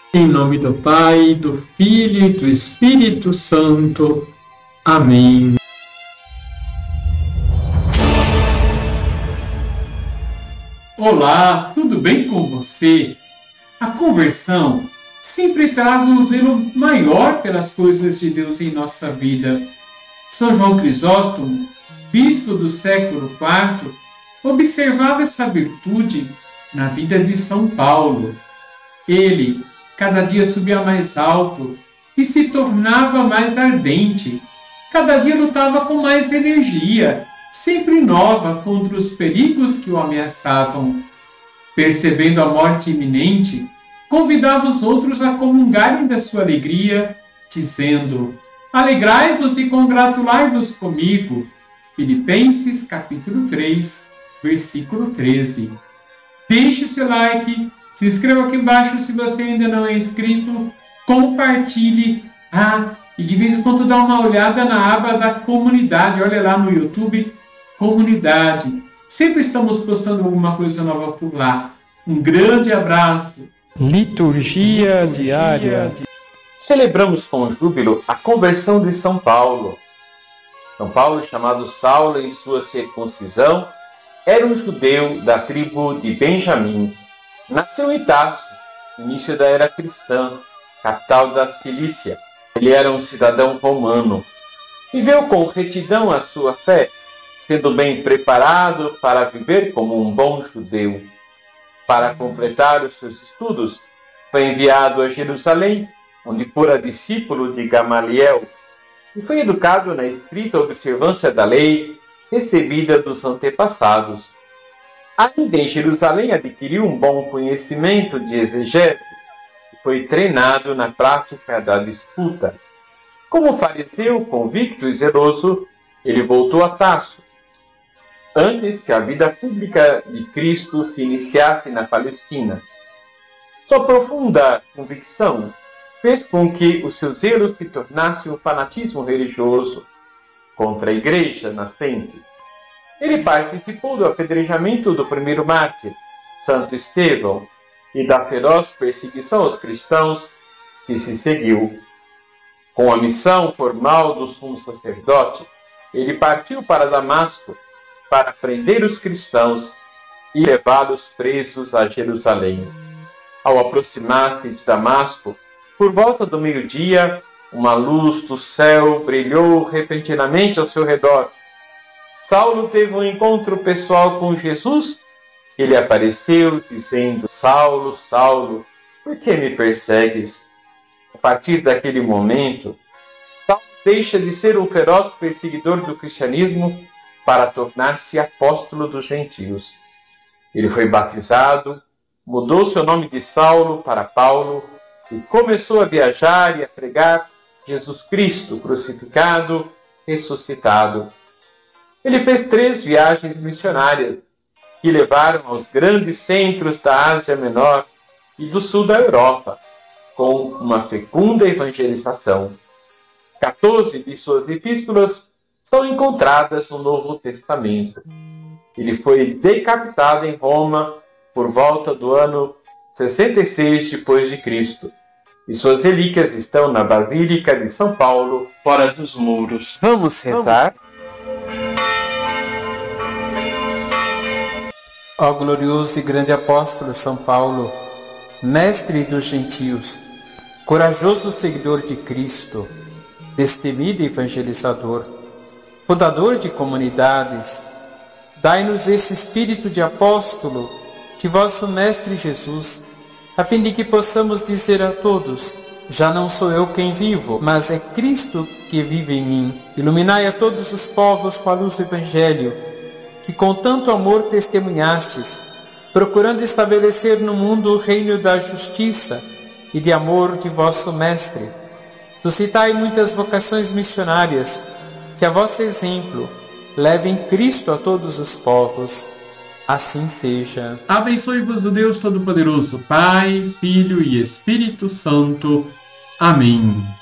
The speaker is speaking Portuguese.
Em nome do Pai, do Filho e do Espírito Santo. Amém. Olá, tudo bem com você? A conversão sempre traz um zelo maior pelas coisas de Deus em nossa vida. São João Crisóstomo, bispo do século IV, observava essa virtude na vida de São Paulo. Ele, cada dia subia mais alto e se tornava mais ardente. Cada dia lutava com mais energia, sempre nova contra os perigos que o ameaçavam. Percebendo a morte iminente, convidava os outros a comungarem da sua alegria, dizendo: alegrai-vos e congratulai-vos comigo. Filipenses capítulo 3, versículo 13. Deixe o seu like, se inscreva aqui embaixo se você ainda não é inscrito, compartilhe, e de vez em quando dá uma olhada na aba da comunidade, olha lá no YouTube, comunidade. Sempre estamos postando alguma coisa nova por lá. Um grande abraço. Liturgia diária. Celebramos com júbilo a conversão de São Paulo. São Paulo, chamado Saulo em sua circuncisão, era um judeu da tribo de Benjamim. Nasceu em Tarso, início da era cristã, capital da Cilícia. Ele era um cidadão romano. Viveu com retidão a sua fé, sendo bem preparado para viver como um bom judeu. Para completar os seus estudos, foi enviado a Jerusalém, onde fora discípulo de Gamaliel, e foi educado na estrita observância da lei recebida dos antepassados. Ainda em Jerusalém adquiriu um bom conhecimento de exegese e foi treinado na prática da disputa. Como fariseu convicto e zeloso, ele voltou a Tarso. Antes que a vida pública de Cristo se iniciasse na Palestina, sua profunda convicção fez com que o seu zelo se tornasse um fanatismo religioso contra a igreja nascente. Ele participou do apedrejamento do primeiro mártir, Santo Estevão, e da feroz perseguição aos cristãos que se seguiu. Com a missão formal do sumo sacerdote, ele partiu para Damasco para prender os cristãos e levá-los presos a Jerusalém. Ao aproximar-se de Damasco, por volta do meio-dia, uma luz do céu brilhou repentinamente ao seu redor. Saulo teve um encontro pessoal com Jesus. Ele apareceu dizendo: Saulo, Saulo, por que me persegues? A partir daquele momento, Saulo deixa de ser um feroz perseguidor do cristianismo para tornar-se apóstolo dos gentios. Ele foi batizado, mudou seu nome de Saulo para Paulo e começou a viajar e a pregar Jesus Cristo crucificado, ressuscitado. Ele fez 3 viagens missionárias que levaram aos grandes centros da Ásia Menor e do sul da Europa, com uma fecunda evangelização. 14 de suas epístolas são encontradas no Novo Testamento. Ele foi decapitado em Roma por volta do ano 66 d.C. e suas relíquias estão na Basílica de São Paulo, fora dos muros. Vamos rezar? Ó glorioso e grande apóstolo São Paulo, mestre dos gentios, corajoso seguidor de Cristo, destemido evangelizador, fundador de comunidades, dai-nos esse espírito de apóstolo de vosso Mestre Jesus, a fim de que possamos dizer a todos: já não sou eu quem vivo, mas é Cristo que vive em mim. Iluminai a todos os povos com a luz do Evangelho, que com tanto amor testemunhastes, procurando estabelecer no mundo o reino da justiça e de amor de vosso Mestre. Suscitai muitas vocações missionárias, que a vosso exemplo levem Cristo a todos os povos. Assim seja. Abençoe-vos o Deus Todo-Poderoso, Pai, Filho e Espírito Santo. Amém.